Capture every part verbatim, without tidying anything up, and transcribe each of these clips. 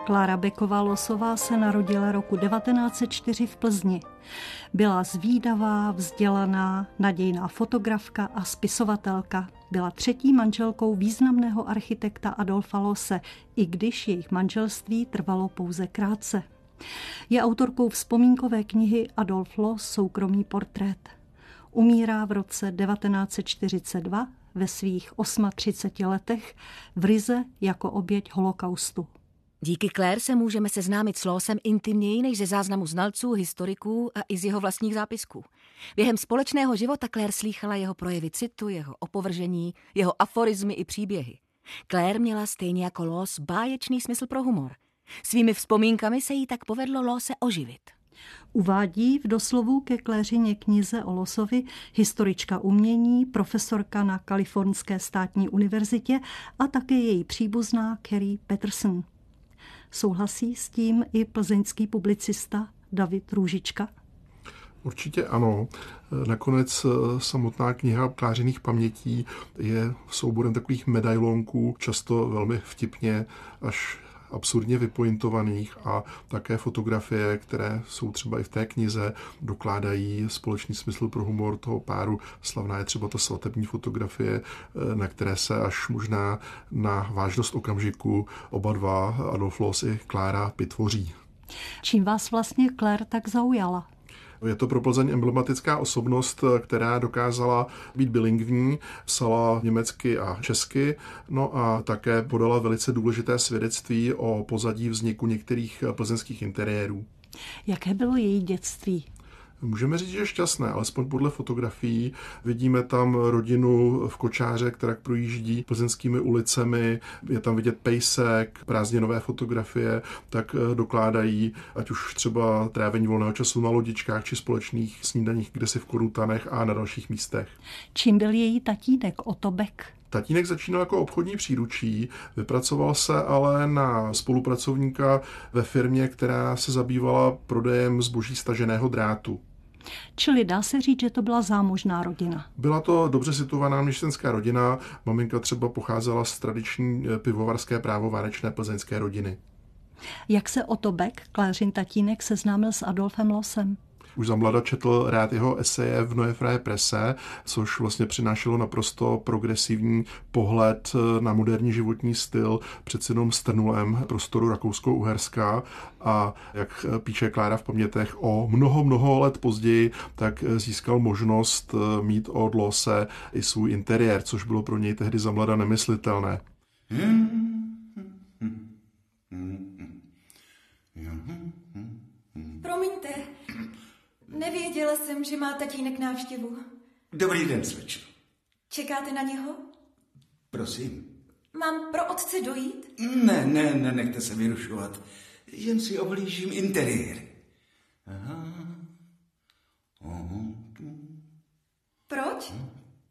Klára Beková-Losová se narodila roku devatenáct set čtyři v Plzni. Byla zvídavá, vzdělaná, nadějná fotografka a spisovatelka. Byla třetí manželkou významného architekta Adolfa Loose, i když jejich manželství trvalo pouze krátce. Je autorkou vzpomínkové knihy Adolf Loos, soukromý portrét. Umírá v roce devatenáct set čtyřicet dva ve svých třiceti osmi letech v Rize jako oběť holokaustu. Díky Claire se můžeme seznámit s Loosem intimněji než ze záznamu znalců, historiků a i z jeho vlastních zápisků. Během společného života Claire slýchala jeho projevy citu, jeho opovržení, jeho aforizmy i příběhy. Claire měla stejně jako Loos báječný smysl pro humor. Svými vzpomínkami se jí tak povedlo Loose oživit. Uvádí v doslovu ke Claiřině knize o Loosovi historička umění, profesorka na Kalifornské státní univerzitě a také její příbuzná Carrie Peterson. Souhlasí s tím i plzeňský publicista David Růžička? Určitě ano. Nakonec samotná kniha Klářiných pamětí je souborem takových medailonků, často velmi vtipně až absurdně vypointovaných, a také fotografie, které jsou třeba i v té knize, dokládají společný smysl pro humor toho páru. Slavná je třeba ta svatební fotografie, na které se až možná na vážnost okamžiku oba dva, Adolf Loos i Klára, vytvoří. Čím vás vlastně Claire tak zaujala? Je to pro Plzeň emblematická osobnost, která dokázala být bilingvní, psala německy a česky, no a také podala velice důležité svědectví o pozadí vzniku některých plzeňských interiérů. Jaké bylo její dětství? Můžeme říct, že je šťastné, alespoň podle fotografií. Vidíme tam rodinu v kočáře, která projíždí plzeňskými ulicemi, je tam vidět pejsek, prázdninové fotografie, tak dokládají, ať už třeba trávení volného času na lodičkách či společných snídaních kdesi v Korutanech a na dalších místech. Čím byl její tatínek Otto Beck? Tatínek začínal jako obchodní příručí, vypracoval se ale na spolupracovníka ve firmě, která se zabývala prodejem zboží staženého drátu. Čili dá se říct, že to byla zámožná rodina. Byla to dobře situovaná měšťanská rodina, maminka třeba pocházela z tradiční pivovarské právovárečné plzeňské rodiny. Jak se Otto Beck, Claiřin tatínek, seznámil s Adolfem Loosem? Už za mlada četl rád jeho eseje v Neue Freie Presse, což vlastně přinášelo naprosto progresivní pohled na moderní životní styl, přeci jenom strnulém prostoru Rakousko-Uherska, a jak píše Klára v pamětech, o mnoho, mnoho let později, tak získal možnost mít od Loose i svůj interiér, což bylo pro něj tehdy za mlada nemyslitelné. Promiňte, nevěděla jsem, že má tatínek návštěvu. Dobrý den, slečno. Čekáte na něho? Prosím. Mám pro otce dojít? Ne, ne, ne, nechte se vyrušovat. Jen si ohlížím interiér. Aha. Aha. Proč?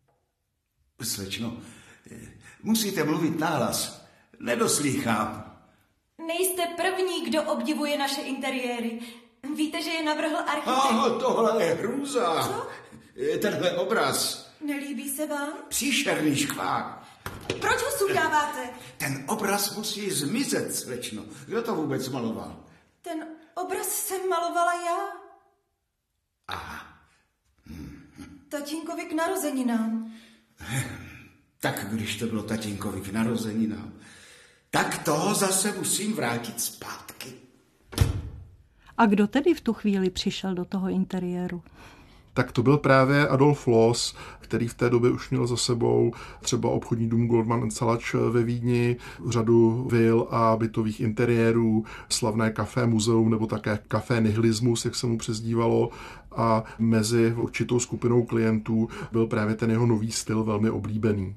Slečno, musíte mluvit nahlas. Nedoslýchám. Nejste první, kdo obdivuje naše interiéry. Víte, že je navrhl architekt. Aha, tohle je hrůza. Co? Tenhle obraz. Nelíbí se vám? Příšerný škvák. Proč ho sundáváte? Ten obraz musí zmizet, slečno. Kdo to vůbec maloval? Ten obraz jsem malovala já. Aha. Tatínkovi k narozeninám. Tak když to bylo tatínkovi k narozeninám, tak toho zase musím vrátit zpátky. A kdo tedy v tu chvíli přišel do toho interiéru? Tak to byl právě Adolf Loos, který v té době už měl za sebou třeba obchodní dům Goldman and Salač ve Vídni, řadu vil a bytových interiérů, slavné Café Muzeum nebo také Café Nihilismus, jak se mu přezdívalo, a mezi určitou skupinou klientů byl právě ten jeho nový styl velmi oblíbený.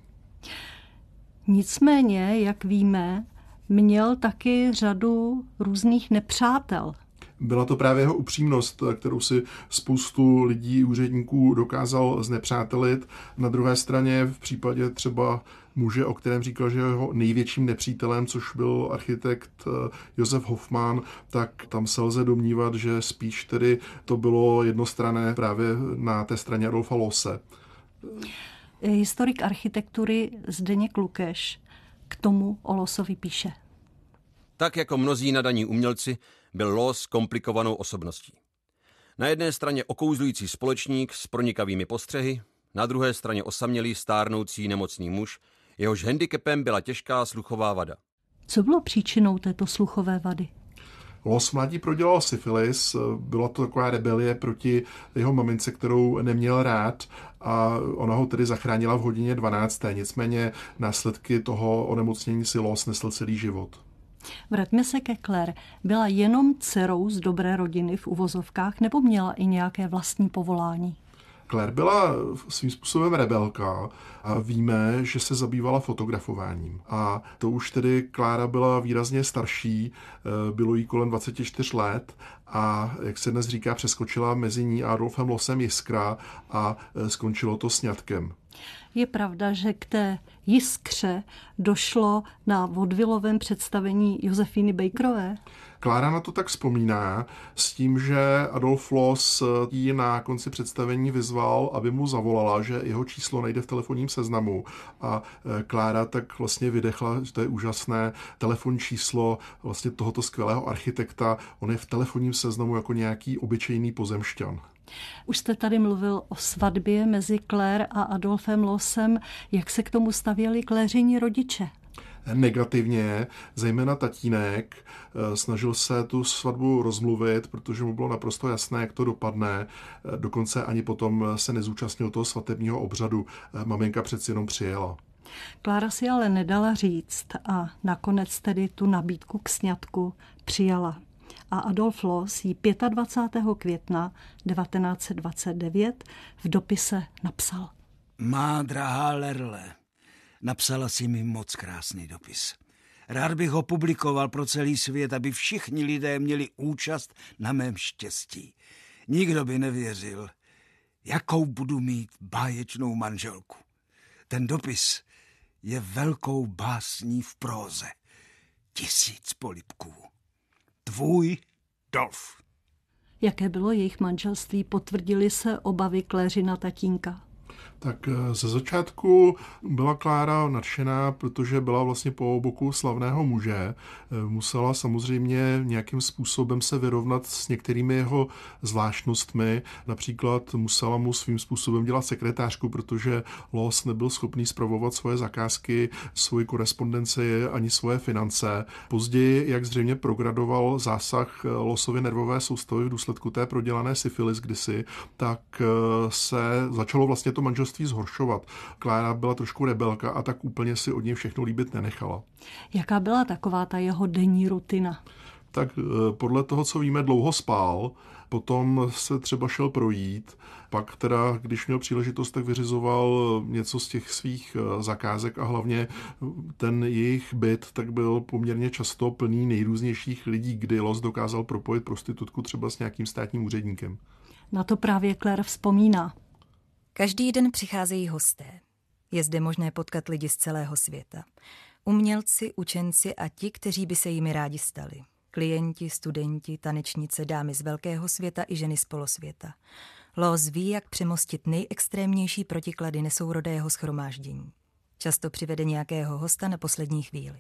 Nicméně, jak víme, měl taky řadu různých nepřátel. Byla to právě jeho upřímnost, kterou si spoustu lidí, úředníků dokázal znepřátelit. Na druhé straně v případě třeba muže, o kterém říkal, že jeho největším nepřítelem, což byl architekt Josef Hofmann, tak tam se lze domnívat, že spíš tedy to bylo jednostranné právě na té straně Adolfa Loose. Historik architektury Zdeněk Lukeš k tomu o Loosovi píše. Tak jako mnozí nadaní umělci byl Loos komplikovanou osobností. Na jedné straně okouzlující společník s pronikavými postřehy, na druhé straně osamělý stárnoucí nemocný muž, jehož handicapem byla těžká sluchová vada. Co bylo příčinou této sluchové vady? Loos mládí prodělal syfilis, byla to taková rebelie proti jeho mamince, kterou neměl rád a ona ho tedy zachránila v hodině dvanácté. Nicméně následky toho onemocnění si Loos nesl celý život. Vraťme se ke Claire. Byla jenom dcerou z dobré rodiny v uvozovkách nebo měla i nějaké vlastní povolání? Claire byla svým způsobem rebelka a víme, že se zabývala fotografováním. A to už tedy Klára byla výrazně starší, bylo jí kolem dvacet čtyři let a, jak se dnes říká, přeskočila mezi ní a Adolfem Loosem jiskra a skončilo to sňatkem. Je pravda, že k té jiskře došlo na vodvilovém představení Josefíny Bakerové? Klára na to tak vzpomíná s tím, že Adolf Loos jí na konci představení vyzval, aby mu zavolala, že jeho číslo najde v telefonním seznamu a Klára tak vlastně vydechla, že to je úžasné telefonní číslo vlastně tohoto skvělého architekta. On je v telefonním seznamu jako nějaký obyčejný pozemšťan. Už jste tady mluvil o svatbě mezi Claire a Adolfem Loosem. Jak se k tomu stavěli Claiřini rodiče? Negativně, zejména tatínek, snažil se tu svatbu rozmluvit, protože mu bylo naprosto jasné, jak to dopadne. Dokonce ani potom se nezúčastnil toho svatebního obřadu. Maminka přeci jenom přijela. Klára si ale nedala říct a nakonec tedy tu nabídku k sňatku přijala. A Adolf Loos jí dvacátého pátého května devatenáct set dvacet devět v dopise napsal. Má drahá Lerle, napsala si mi moc krásný dopis. Rád bych ho publikoval pro celý svět, aby všichni lidé měli účast na mém štěstí. Nikdo by nevěřil, jakou budu mít báječnou manželku. Ten dopis je velkou básní v próze. Tisíc polibků. Tvůj Dolf. Jaké bylo jejich manželství? Potvrdily se obavy Claiřina tatínka? Tak ze začátku byla Klára nadšená, protože byla vlastně po boku slavného muže. Musela samozřejmě nějakým způsobem se vyrovnat s některými jeho zvláštnostmi. Například musela mu svým způsobem dělat sekretářku, protože Loos nebyl schopný spravovat svoje zakázky, svoji korespondenci ani svoje finance. Později, jak zřejmě progradoval zásah Loosovy nervové soustavy v důsledku té prodělané syfilis kdysi, tak se začalo vlastně to manželství zhoršovat. Klára byla trošku rebelka a tak úplně si od něj všechno líbit nenechala. Jaká byla taková ta jeho denní rutina? Tak podle toho, co víme, dlouho spál, potom se třeba šel projít, pak teda, když měl příležitost, tak vyřizoval něco z těch svých zakázek a hlavně ten jejich byt tak byl poměrně často plný nejrůznějších lidí, kdy Loos dokázal propojit prostitutku třeba s nějakým státním úředníkem. Na to právě Claire vzpomíná. Každý den přicházejí hosté. Je zde možné potkat lidi z celého světa. Umělci, učenci a ti, kteří by se jimi rádi stali. Klienti, studenti, tanečnice, dámy z velkého světa i ženy z polosvěta. Loos ví, jak přemostit nejextrémnější protiklady nesourodého shromáždění. Často přivede nějakého hosta na poslední chvíli.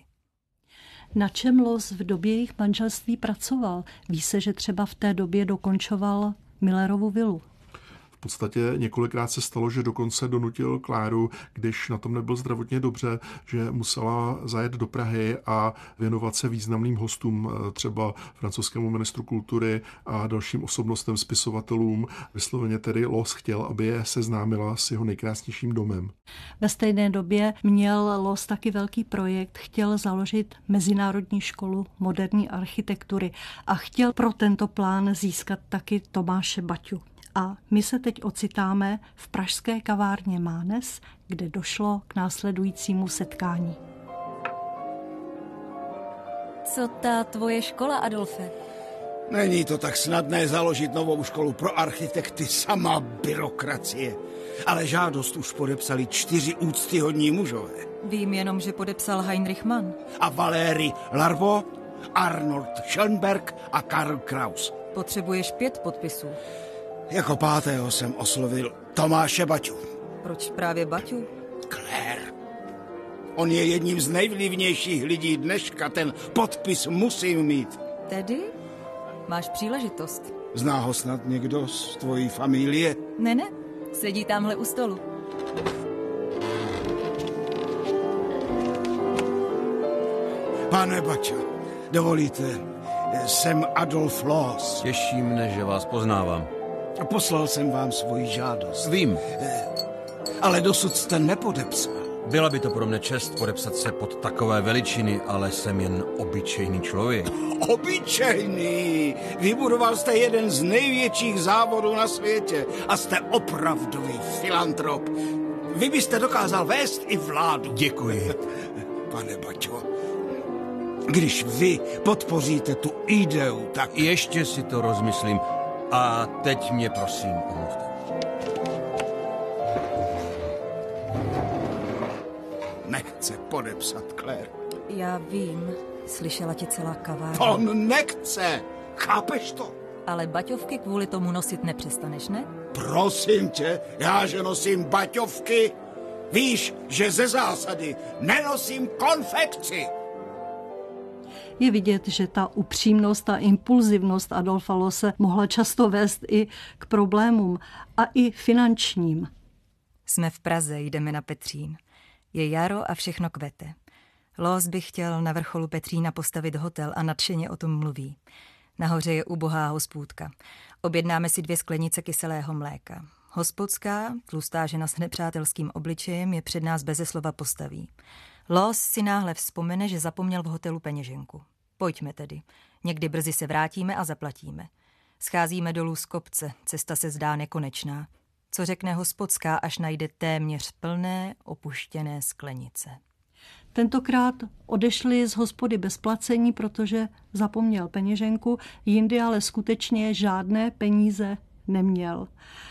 Na čem Loos v době jejich manželství pracoval? Ví se, že třeba v té době dokončoval Millerovu vilu. V podstatě několikrát se stalo, že dokonce donutil Kláru, když na tom nebyl zdravotně dobře, že musela zajet do Prahy a věnovat se významným hostům, třeba francouzskému ministru kultury a dalším osobnostem, spisovatelům. Vysloveně tedy Loos chtěl, aby je seznámila s jeho nejkrásnějším domem. Ve stejné době měl Loos taky velký projekt, chtěl založit Mezinárodní školu moderní architektury a chtěl pro tento plán získat taky Tomáše Baťu. A my se teď ocitáme v pražské kavárně Mánes, kde došlo k následujícímu setkání. Co ta tvoje škola, Adolfe? Není to tak snadné založit novou školu pro architekty, sama byrokracie. Ale žádost už podepsali čtyři úctyhodní mužové. Vím jenom, že podepsal Heinrich Mann. A Valéry Larvo, Arnold Schönberg a Karl Kraus. Potřebuješ pět podpisů. Jako pátého jsem oslovil Tomáše Baťu. Proč právě Baťu? Claire. On je jedním z nejvlivnějších lidí dneška, ten podpis musím mít. Tedy máš příležitost. Zná ho snad někdo z tvojí familie? Ne, ne, sedí tamhle u stolu. Pane Baťo, dovolíte, jsem Adolf Loos. Těší mne, že vás poznávám. Poslal jsem vám svoji žádost. Vím. Ale dosud jste nepodepsal. Byla by to pro mne čest podepsat se pod takové veličiny, ale jsem jen obyčejný člověk. Obyčejný! Vybudoval jste jeden z největších závodů na světě a jste opravdový filantrop. Vy byste dokázal vést i vládu. Děkuji. Pane Baťo, když vy podpoříte tu ideu, tak... Ještě si to rozmyslím. A teď mě prosím omluvte. Nechce podepsat, Claire. Já vím, slyšela ti celá kavárna. On nechce, chápeš to? Ale baťovky kvůli tomu nosit nepřestaneš, ne? Prosím tě, já že nosím baťovky. Víš, že ze zásady nenosím konfekci. Je vidět, že ta upřímnost a impulzivnost Adolfa Loose mohla často vést i k problémům a i finančním. Jsme v Praze, jdeme na Petřín. Je jaro a všechno kvete. Loos by chtěl na vrcholu Petřína postavit hotel a nadšeně o tom mluví. Nahoře je ubohá hospůdka. Objednáme si dvě sklenice kyselého mléka. Hospodská, tlustá žena s nepřátelským obličejem, je před nás beze slova postaví. Loos si náhle vzpomene, že zapomněl v hotelu peněženku. Pojďme tedy. Někdy brzy se vrátíme a zaplatíme. Scházíme dolů z kopce, cesta se zdá nekonečná. Co řekne hospodská, až najde téměř plné, opuštěné sklenice. Tentokrát odešli z hospody bez placení, protože zapomněl peněženku, jindy ale skutečně žádné peníze neměl.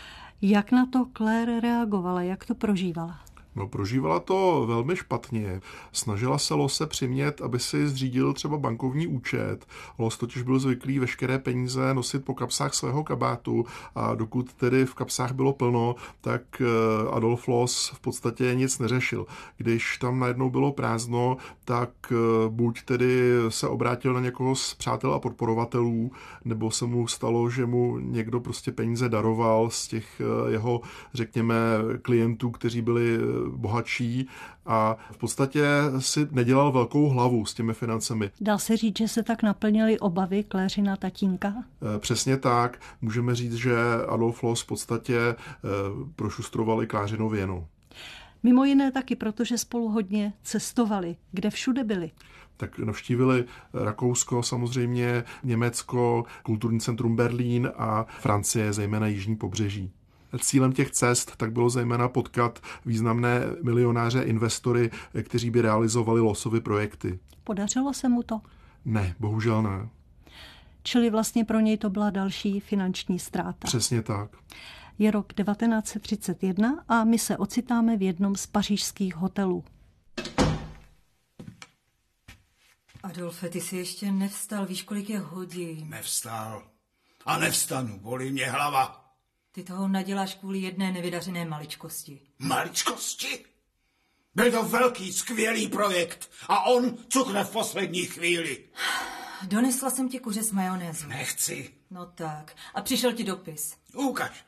Jak na to Claire reagovala, jak to prožívala? No, prožívala to velmi špatně. Snažila se Loose přimět, aby si zřídil třeba bankovní účet. Loos totiž byl zvyklý veškeré peníze nosit po kapsách svého kabátu a dokud tedy v kapsách bylo plno, tak Adolf Loos v podstatě nic neřešil. Když tam najednou bylo prázdno, tak buď tedy se obrátil na někoho z přátel a podporovatelů, nebo se mu stalo, že mu někdo prostě peníze daroval z těch jeho, řekněme, klientů, kteří byli bohatší a v podstatě si nedělal velkou hlavu s těmi financemi. Dá se říct, že se tak naplnily obavy Claiřina tatínka? Přesně tak. Můžeme říct, že Adolf Loos v podstatě prošustroval i Klářinu věnu. Mimo jiné taky, protože spolu hodně cestovali. Kde všude byli? Tak navštívili Rakousko, samozřejmě Německo, kulturní centrum Berlín a Francie, zejména jižní pobřeží. Cílem těch cest tak bylo zejména potkat významné milionáře investory, kteří by realizovali Loosovy projekty. Podařilo se mu to? Ne, bohužel ne. Čili vlastně pro něj to byla další finanční ztráta. Přesně tak. Je rok devatenáct set třicet jedna a my se ocitáme v jednom z pařížských hotelů. Adolfe, ty jsi ještě nevstal, víš, kolik je hodin. Nevstal. A nevstanu, bolí mě hlava. Ty toho naděláš kvůli jedné nevydařené maličkosti. Maličkosti? Byl to velký, skvělý projekt a on cukne v poslední chvíli. Donesla jsem ti kuře s majonézou. Nechci. No tak. A přišel ti dopis. Ukaž.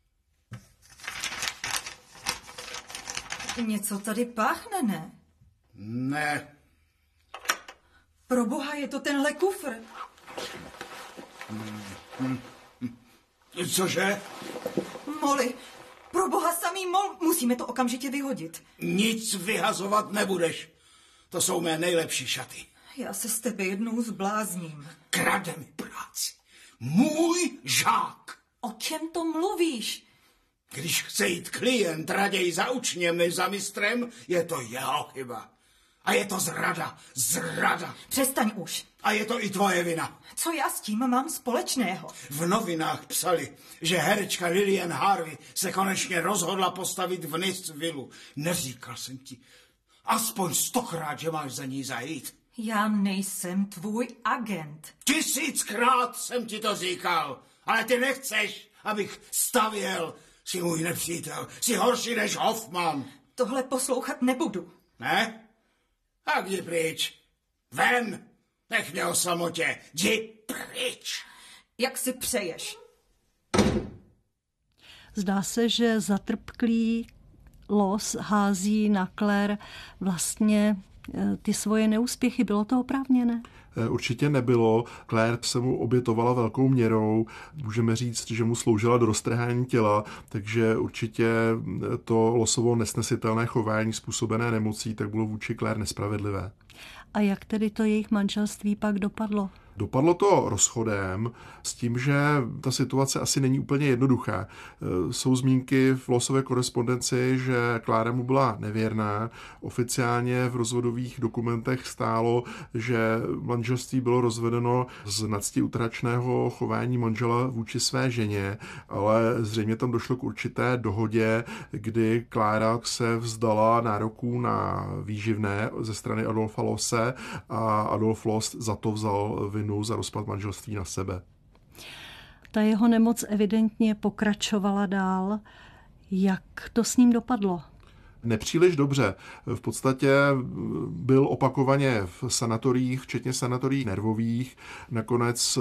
Něco tady páchne, ne? Ne. Proboha, je to tenhle kufr. Hmm. Hmm. Cože? Moli, proboha samý mol, musíme to okamžitě vyhodit. Nic vyhazovat nebudeš. To jsou mé nejlepší šaty. Já se z tebe jednou zblázním. Krade mi práci. Můj žák. O čem to mluvíš? Když chce jít klient raději za učněm než za mistrem, je to jeho chyba. A je to zrada, zrada. Přestaň už. A je to i tvoje vina. Co já s tím mám společného? V novinách psali, že herečka Lillian Harvey se konečně rozhodla postavit v Nice vilu. Neříkal jsem ti aspoň stokrát, že máš za ní zajít. Já nejsem tvůj agent. Tisíckrát jsem ti to říkal, ale ty nechceš, abych stavěl. Jsi můj nepřítel, jsi horší než Hoffman. Tohle poslouchat nebudu. Ne? Tak jdi pryč. Ven! Nech mě o samotě. Jdi pryč. Jak si přeješ. Zdá se, že zatrpklý Los hází na Claire vlastně ty svoje neúspěchy. Bylo to oprávněné? Určitě nebylo. Claire se mu obětovala velkou měrou. Můžeme říct, že mu sloužila do roztrhání těla, takže určitě to Losovo nesnesitelné chování způsobené nemocí tak bylo vůči Claire nespravedlivé. A jak tedy to jejich manželství pak dopadlo? Dopadlo to rozchodem s tím, že ta situace asi není úplně jednoduchá. Jsou zmínky v Losové korespondenci, že Klára mu byla nevěrná. Oficiálně v rozvodových dokumentech stálo, že manželství bylo rozvedeno z nadstiutračného chování manžela vůči své ženě, ale zřejmě tam došlo k určité dohodě, kdy Klára se vzdala nároků na výživné ze strany Adolfa Lose a Adolf Loos za to vzal vinu za rozpad manželství na sebe. Ta jeho nemoc evidentně pokračovala dál. Jak to s ním dopadlo? Nepříliš dobře. V podstatě byl opakovaně v sanatoriích, včetně sanatorií nervových. Nakonec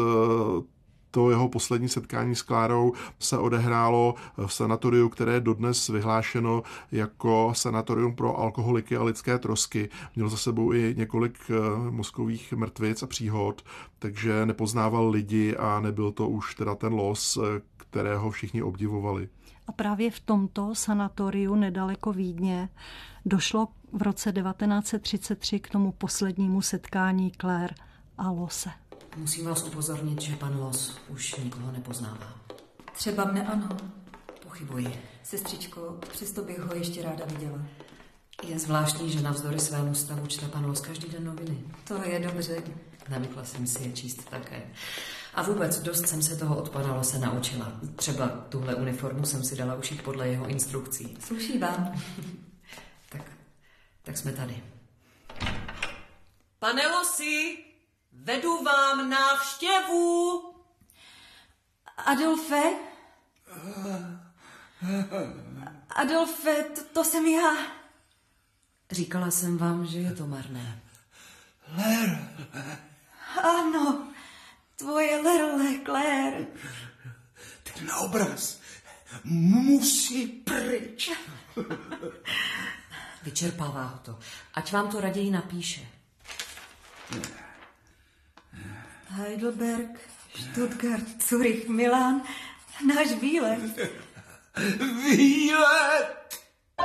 to jeho poslední setkání s Klárou se odehrálo v sanatoriu, které je dodnes vyhlášeno jako sanatorium pro alkoholiky a lidské trosky. Měl za sebou i několik mozkových mrtvic a příhod, takže nepoznával lidi a nebyl to už teda ten Los, kterého všichni obdivovali. A právě v tomto sanatoriu nedaleko Vídně došlo v roce devatenáct set třicet tři k tomu poslednímu setkání Claire a Lose. Musím vás upozornit, že pan Los už nikoho nepoznává. Třeba mne ano. Pochybuji. Sestřičko, přesto bych ho ještě ráda viděla. Je zvláštní, že navzdory svému stavu čte pan Los každý den noviny. To je dobře. Navykla jsem si je číst také. A vůbec dost jsem se toho od pana Lose naučila. Třeba tuhle uniformu jsem si dala ušít podle jeho instrukcí. Sluší vám. tak, tak jsme tady. Pane Losi, vedu vám návštěvu. Adolfe? Adolfe, to, to jsem já. Říkala jsem vám, že je to marné. Lerle. Ano, tvoje Lerle, Claire. Ten obraz musí pryč. Vyčerpává ho to. Ať vám to raději napíše. Heidelberg, Stuttgart, Zurich, Milán, náš výlet. Výlet!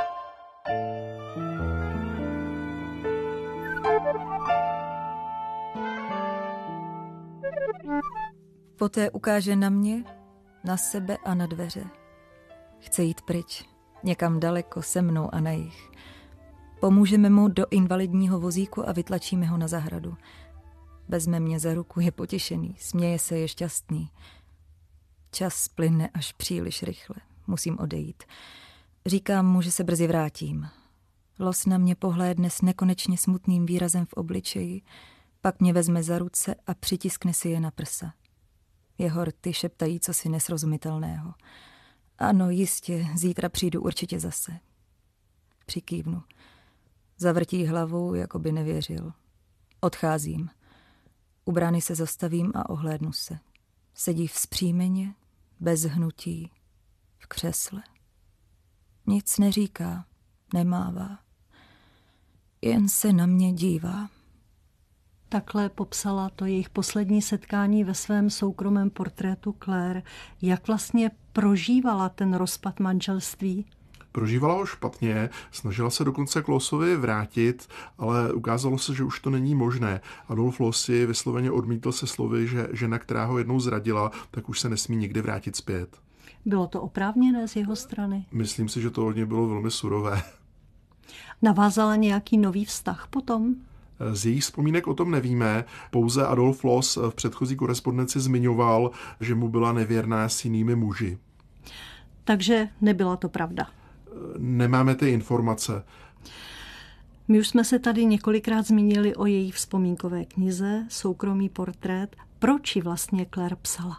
Poté ukáže na mě, na sebe a na dveře. Chce jít pryč, někam daleko, se mnou a na jih. Pomůžeme mu do invalidního vozíku a vytlačíme ho na zahradu. Vezme mě za ruku, je potěšený, směje se, je šťastný. Čas plyne až příliš rychle, musím odejít. Říkám mu, že se brzy vrátím. Los na mě pohlédne s nekonečně smutným výrazem v obličeji, pak mě vezme za ruce a přitiskne si je na prsa. Jeho rty šeptají cosi nesrozumitelného. Ano, jistě, zítra přijdu určitě zase. Přikývnu. Zavrtí hlavou, jako by nevěřil. Odcházím. U brány se zastavím a ohlédnu se. Sedí vzpřímeně, bez hnutí, v křesle. Nic neříká, nemává. Jen se na mě dívá. Takhle popsala to jejich poslední setkání ve svém soukromém portrétu Claire. Jak vlastně prožívala ten rozpad manželství? Prožívala ho špatně, snažila se dokonce k Losovi vrátit, ale ukázalo se, že už to není možné. Adolf Loos si vysloveně odmítl se slovy, že žena, která ho jednou zradila, tak už se nesmí nikdy vrátit zpět. Bylo to oprávněné z jeho strany? Myslím si, že to od něj bylo velmi surové. Navázala nějaký nový vztah potom? Z jejich vzpomínek o tom nevíme, pouze Adolf Loos v předchozí korespondenci zmiňoval, že mu byla nevěrná s jinými muži. Takže nebyla to pravda. Nemáme ty informace. My už jsme se tady několikrát zmínili o její vzpomínkové knize, soukromý portrét. Proč ji vlastně Claire psala?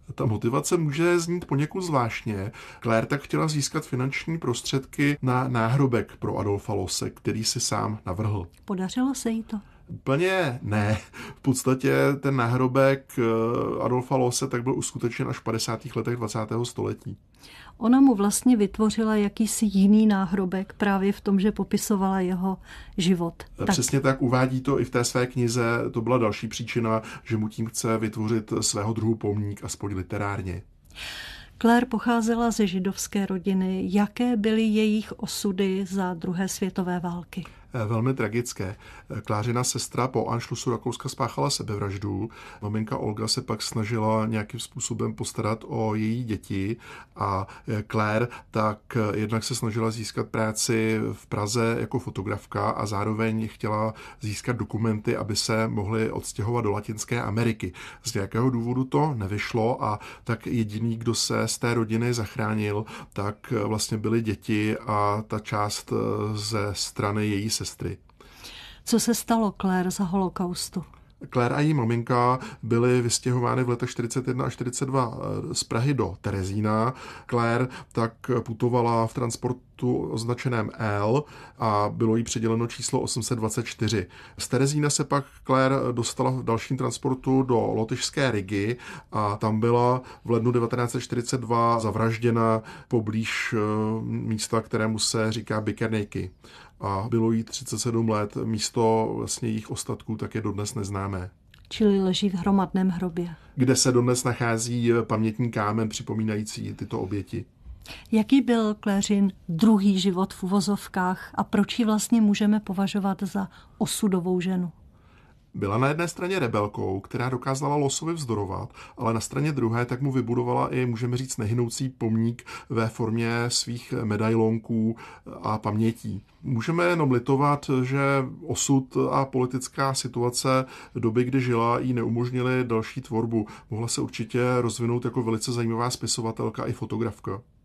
Ta motivace může znít poněkud zvláštně. Claire tak chtěla získat finanční prostředky na náhrobek pro Adolfa Loose, který si sám navrhl. Podařilo se jí to? Úplně ne. V podstatě ten náhrobek Adolfa Loose tak byl uskutečen až v padesátých letech dvacátého století. Ona mu vlastně vytvořila jakýsi jiný náhrobek právě v tom, že popisovala jeho život. Přesně tak, uvádí to i v té své knize. To byla další příčina, že mu tím chce vytvořit svého druhu pomník, aspoň literárně. Claire pocházela ze židovské rodiny. Jaké byly jejich osudy za druhé světové války? Velmi tragické. Klářina sestra po anšlusu Rakouska spáchala sebevraždu. Maminka Olga se pak snažila nějakým způsobem postarat o její děti a Claire tak jednak se snažila získat práci v Praze jako fotografka a zároveň chtěla získat dokumenty, aby se mohly odstěhovat do Latinské Ameriky. Z nějakého důvodu to nevyšlo a tak jediný, kdo se z té rodiny zachránil, tak vlastně byly děti a ta část ze strany její sestry. Co se stalo Claire za holokaustu? Claire a její maminka byly vystěhovány v letech čtyřicet jedna a čtyřicet dva z Prahy do Terezína. Claire tak putovala v transportu označeném L a bylo jí přiděleno číslo osm set dvacet čtyři. Z Terezína se pak Claire dostala v dalším transportu do lotyšské Rigy a tam byla v lednu devatenáct set čtyřicet dva zavražděna poblíž místa, kterému se říká Bikernejky. A bylo jí třicet sedm let, místo vlastně jejich ostatků tak je dodnes neznámé. Čili leží v hromadném hrobě. Kde se dodnes nachází pamětní kámen připomínající tyto oběti. Jaký byl Clairin druhý život v uvozovkách a proč ji vlastně můžeme považovat za osudovou ženu? Byla na jedné straně rebelkou, která dokázala Looseovi vzdorovat, ale na straně druhé tak mu vybudovala i, můžeme říct, nehynoucí pomník ve formě svých medailonků a pamětí. Můžeme jenom litovat, že osud a politická situace doby, kdy žila, jí neumožnily další tvorbu. Mohla se určitě rozvinout jako velice zajímavá spisovatelka i fotografka.